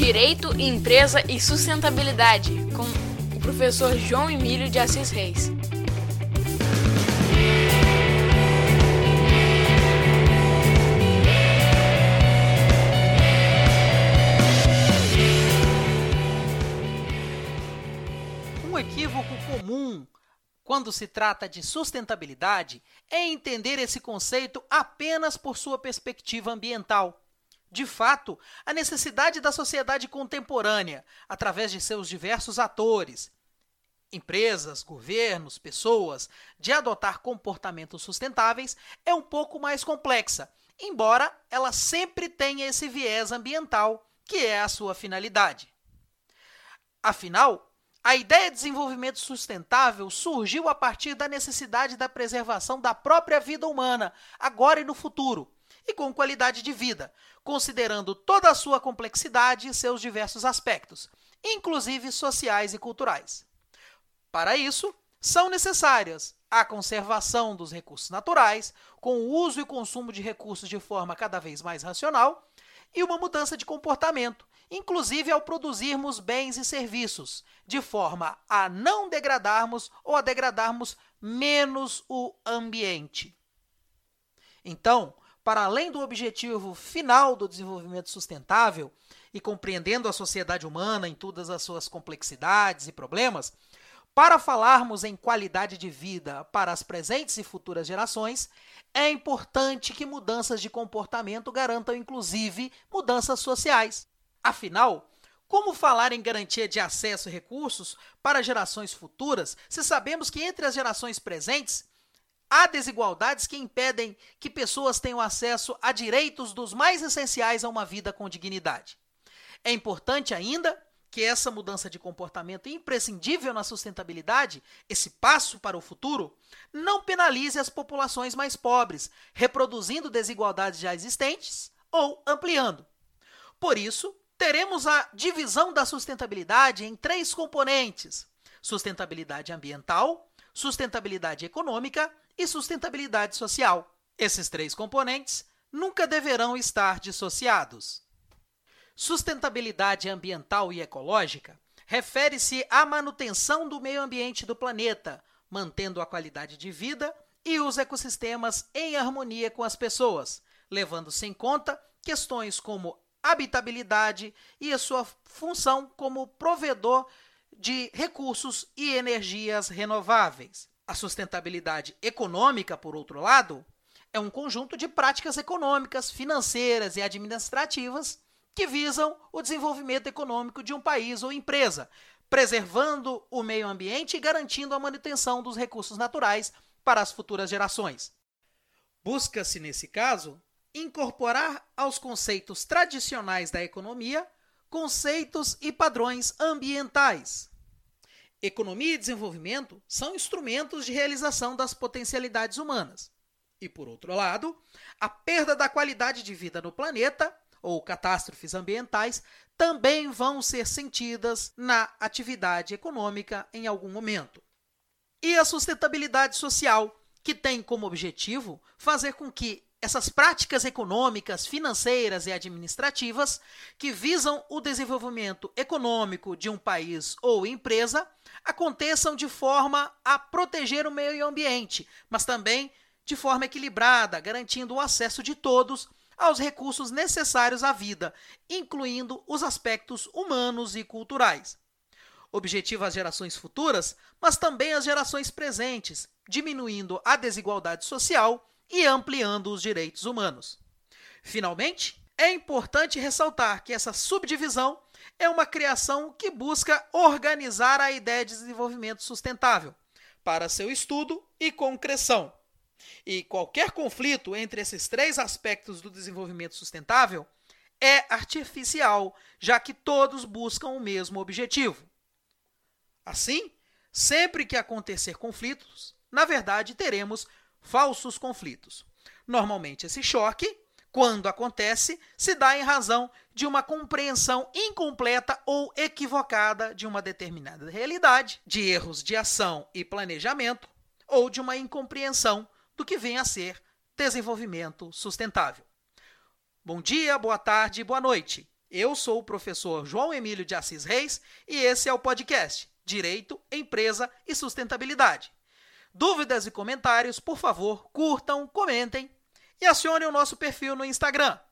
Direito, Empresa e Sustentabilidade, com o professor João Emílio de Assis Reis. Um equívoco comum quando se trata de sustentabilidade é entender esse conceito apenas por sua perspectiva ambiental. De fato, a necessidade da sociedade contemporânea, através de seus diversos atores, empresas, governos, pessoas, de adotar comportamentos sustentáveis é um pouco mais complexa, embora ela sempre tenha esse viés ambiental, que é a sua finalidade. Afinal, a ideia de desenvolvimento sustentável surgiu a partir da necessidade da preservação da própria vida humana, agora e no futuro, e com qualidade de vida, considerando toda a sua complexidade e seus diversos aspectos, inclusive sociais e culturais. Para isso, são necessárias a conservação dos recursos naturais, com o uso e consumo de recursos de forma cada vez mais racional, e uma mudança de comportamento, inclusive ao produzirmos bens e serviços, de forma a não degradarmos ou a degradarmos menos o ambiente. Então, para além do objetivo final do desenvolvimento sustentável e compreendendo a sociedade humana em todas as suas complexidades e problemas, para falarmos em qualidade de vida para as presentes e futuras gerações, é importante que mudanças de comportamento garantam, inclusive, mudanças sociais. Afinal, como falar em garantia de acesso a recursos para gerações futuras se sabemos que entre as gerações presentes há desigualdades que impedem que pessoas tenham acesso a direitos dos mais essenciais a uma vida com dignidade? É importante ainda que essa mudança de comportamento imprescindível na sustentabilidade, esse passo para o futuro, não penalize as populações mais pobres, reproduzindo desigualdades já existentes ou ampliando. Por isso, teremos a divisão da sustentabilidade em 3 componentes: sustentabilidade ambiental, sustentabilidade econômica e sustentabilidade social. Esses 3 componentes nunca deverão estar dissociados. Sustentabilidade ambiental e ecológica refere-se à manutenção do meio ambiente do planeta, mantendo a qualidade de vida e os ecossistemas em harmonia com as pessoas, levando-se em conta questões como habitabilidade e a sua função como provedor de recursos e energias renováveis. A sustentabilidade econômica, por outro lado, é um conjunto de práticas econômicas, financeiras e administrativas que visam o desenvolvimento econômico de um país ou empresa, preservando o meio ambiente e garantindo a manutenção dos recursos naturais para as futuras gerações. Busca-se, nesse caso, incorporar aos conceitos tradicionais da economia conceitos e padrões ambientais. Economia e desenvolvimento são instrumentos de realização das potencialidades humanas. E, por outro lado, a perda da qualidade de vida no planeta, ou catástrofes ambientais, também vão ser sentidas na atividade econômica em algum momento. E a sustentabilidade social, que tem como objetivo fazer com que essas práticas econômicas, financeiras e administrativas que visam o desenvolvimento econômico de um país ou empresa aconteçam de forma a proteger o meio ambiente, mas também de forma equilibrada, garantindo o acesso de todos aos recursos necessários à vida, incluindo os aspectos humanos e culturais. Objetivo às gerações futuras, mas também às gerações presentes, diminuindo a desigualdade social e ampliando os direitos humanos. Finalmente, é importante ressaltar que essa subdivisão é uma criação que busca organizar a ideia de desenvolvimento sustentável para seu estudo e concreção. E qualquer conflito entre esses 3 aspectos do desenvolvimento sustentável é artificial, já que todos buscam o mesmo objetivo. Assim, sempre que acontecer conflitos, na verdade teremos falsos conflitos. Normalmente esse choque, quando acontece, se dá em razão de uma compreensão incompleta ou equivocada de uma determinada realidade, de erros de ação e planejamento, ou de uma incompreensão do que vem a ser desenvolvimento sustentável. Bom dia, boa tarde e boa noite. Eu sou o professor João Emílio de Assis Reis e esse é o podcast Direito, Empresa e Sustentabilidade. Dúvidas e comentários, por favor, curtam, comentem e acionem o nosso perfil no Instagram,